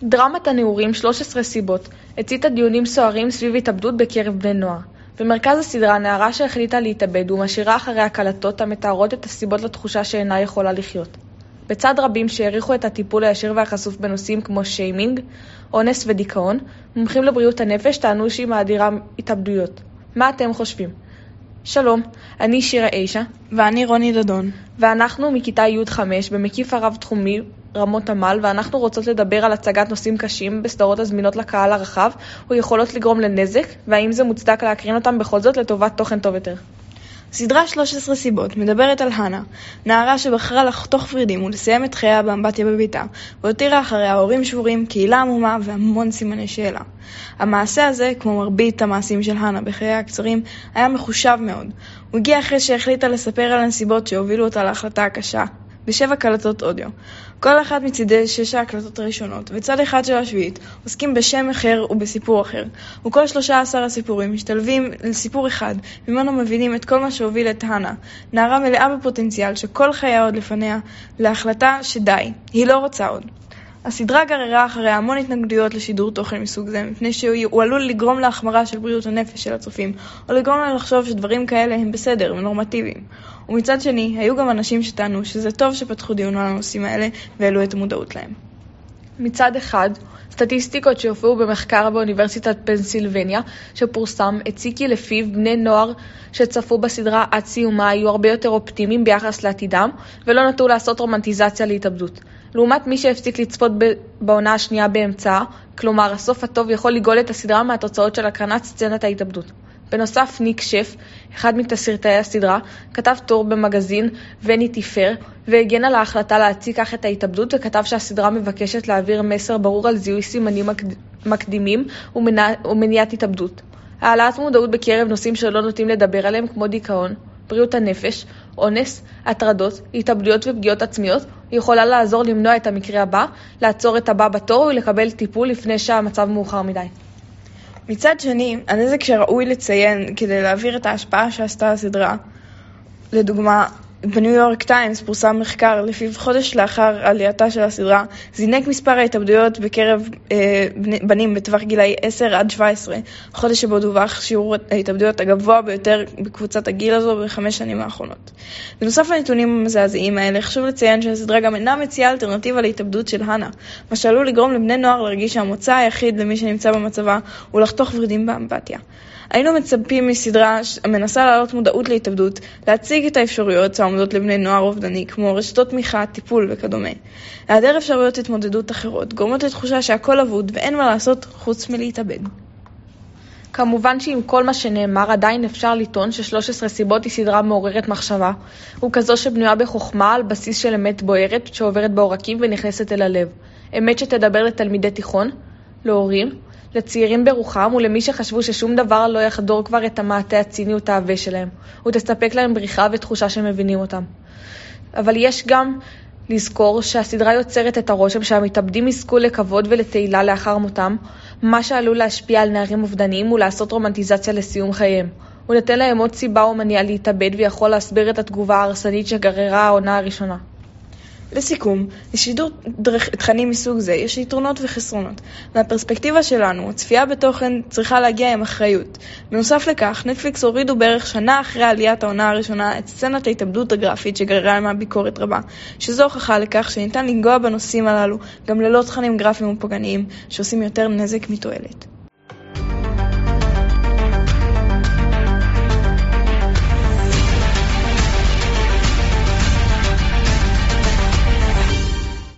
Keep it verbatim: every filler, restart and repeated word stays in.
דרמת הנעורים שלוש עשרה סיבות הציתה דיונים סוערים סביב התאבדות בקרב בני נוער. במרכז הסדרה נערה שהחליטה להתאבד ומשאירה אחריה קלטות המתארות את הסיבות לתחושה שאינה יכולה לחיות. בצד רבים שהעריכו את הטיפול הישיר והחשוף בנושאים כמו שיימינג, אונס ודיכאון, מומחים לבריאות הנפש טענו שהיא מאדירה התאבדויות. מה אתם חושבים? שלום, אני שירה אישה ואני רוני דדון ואנחנו מכיתה י' חמש במקיף הרב תחומי רמות עמל, ואנחנו רוצות לדבר על הצגת נושאים קשים בסדרות הזמינות לקהל הרחב ויכולות לגרום לנזק, והאם זה מוצדק להקרין אותם בכל זאת לטובת תוכן טוב יותר. סדרה שלוש עשרה סיבות מדברת על הנה, נערה שבחרה לחתוך ורידים ולסיים את חייה באמבטיה בביתה, והותירה אחריה הורים שבורים, קהילה עמומה והמון סימני שאלה. המעשה הזה, כמו מרבית המעשים של הנה בחייה הקצרים, היה מחושב מאוד. הוא הגיע אחרי שהחליטה לספר על הנסיבות שהובילו אותה להחלטה הקשה, בשבע קלטות אודיו. כל אחת מצידי שש ההקלטות הראשונות וצד אחד של השביעית עוסקים בשם אחר ובסיפור אחר, וכל שלושה עשר הסיפורים משתלבים לסיפור אחד, ממנו מבינים את כל מה שהוביל את הנה, נערה מלאה בפוטנציאל שכל חייה עוד לפניה, להחלטה שדי, היא לא רוצה עוד. הסדרה גררה אחריה המון התנגדויות לשידור תוכן מסוג זה, מפני שהוא עלול לגרום להחמרה של בריאות הנפש של הצופים, או לגרום להם לחשוב שדברים כאלה הם בסדר ונורמטיביים. ומצד שני, היו גם אנשים שטענו שזה טוב שפתחו דיון על הנושאים האלה והעלו את המודעות להם. מצד אחד, סטטיסטיקות שהופיעו במחקר באוניברסיטת פנסילבניה שפורסם הציג כי לפיו בני נוער שצפו בסדרה עד סיומה היו הרבה יותר אופטימיים ביחס לעתידם ולא נטו לעשות רומנטיזציה להתאבדות. לעומת מי שהפסיק לצפות בעונה השנייה באמצעה, כלומר הסוף הטוב יכול לגאול את הסדרה מהתוצאות של הקרנת סצנת ההתאבדות. בנוסף, ניק שף, אחד מתסריטאי הסדרה, כתב טור במגזין וניטי פייר והגן על ההחלטה להציג כך את ההתאבדות, וכתב שהסדרה מבקשת להעביר מסר ברור על זיהוי סימנים מקדימים ומניעת התאבדות. העלאת מודעות בקרב נושאים שלא נוטים לדבר עליהם כמו דיכאון, בריאות הנפש, אונס, הטרדות, התאבדויות ופגיעות עצמיות, יכולה לעזור למנוע את המקרה הבא, לעצור את הבא בתור ולקבל טיפול לפני שהמצב מאוחר מדי. מצד שני, הנזק שראוי לציין כדי להעביר את ההשפעה שעשתה הסדרה, לדוגמה, בניו יורק טיימס פורסם מחקר לפיו חודש לאחר עלייתה של הסדרה זינק מספר ההתאבדויות בקרב אה, בנים בטווח גילאי עשר עד שבע עשרה, חודש שבו דווח שיעור ההתאבדויות הגבוה ביותר בקבוצת הגיל הזו בחמש שנים האחרונות. בנוסף לנתונים המזעזעים האלה, חשוב לציין שהסדרה גם אינה מציעה אלטרנטיבה להתאבדות של הנה, מה שעלול לגרום לבני נוער להרגיש שהמוצא היחיד למי שנמצא במצבה הוא לחתוך ורידים באמבטיה. היינו מצפים מסדרה המנסה להעלות מודעות להתאבדות, להציג את האפשרויות העומדות לבני נוער אובדני, כמו רשתות תמיכה, טיפול וכדומה. היעדר אפשרויות התמודדות אחרות גורמות לתחושה שהכל אבוד ואין מה לעשות חוץ מלהתאבד. כמובן שעם כל מה שנאמר עדיין אפשר לטעון ש-שלוש עשרה סיבות היא סדרה מעוררת מחשבה, וכזו שבנויה בחוכמה על בסיס של אמת בוערת שעוברת בעורקים ונכנסת אל הלב. אמת שתדבר לתלמידי תיכון, להורים, לצעירים ברוחם ולמי שחשבו ששום דבר לא יחדור כבר את המעטה הציניות העבה שלהם, ותספק להם בריחה ותחושה שמבינים אותם. אבל יש גם לזכור שהסדרה יוצרת את הרושם שהמתאבדים יזכו לכבוד ולתהילה לאחר מותם, מה שעלול להשפיע על נערים אובדניים ולעשות רומנטיזציה לסיום חייהם. הוא נותן להם עוד סיבה או מניעה להתאבד ויכול להסביר את התגובה ההרסנית שגררה העונה הראשונה. לסיכום, לשידור תכנים מסוג זה יש יתרונות וחסרונות. מהפרספקטיבה שלנו, הצפייה בתוכן צריכה להגיע עם אחריות. בנוסף לכך, נטפליקס הורידו בערך שנה אחרי עליית העונה הראשונה את סצנת ההתאבדות הגרפית שגררה עמה ביקורת רבה, שזו הוכחה לכך שניתן לנגוע בנושאים הללו גם ללא תכנים גרפיים ופוגעניים שעושים יותר נזק מתועלת.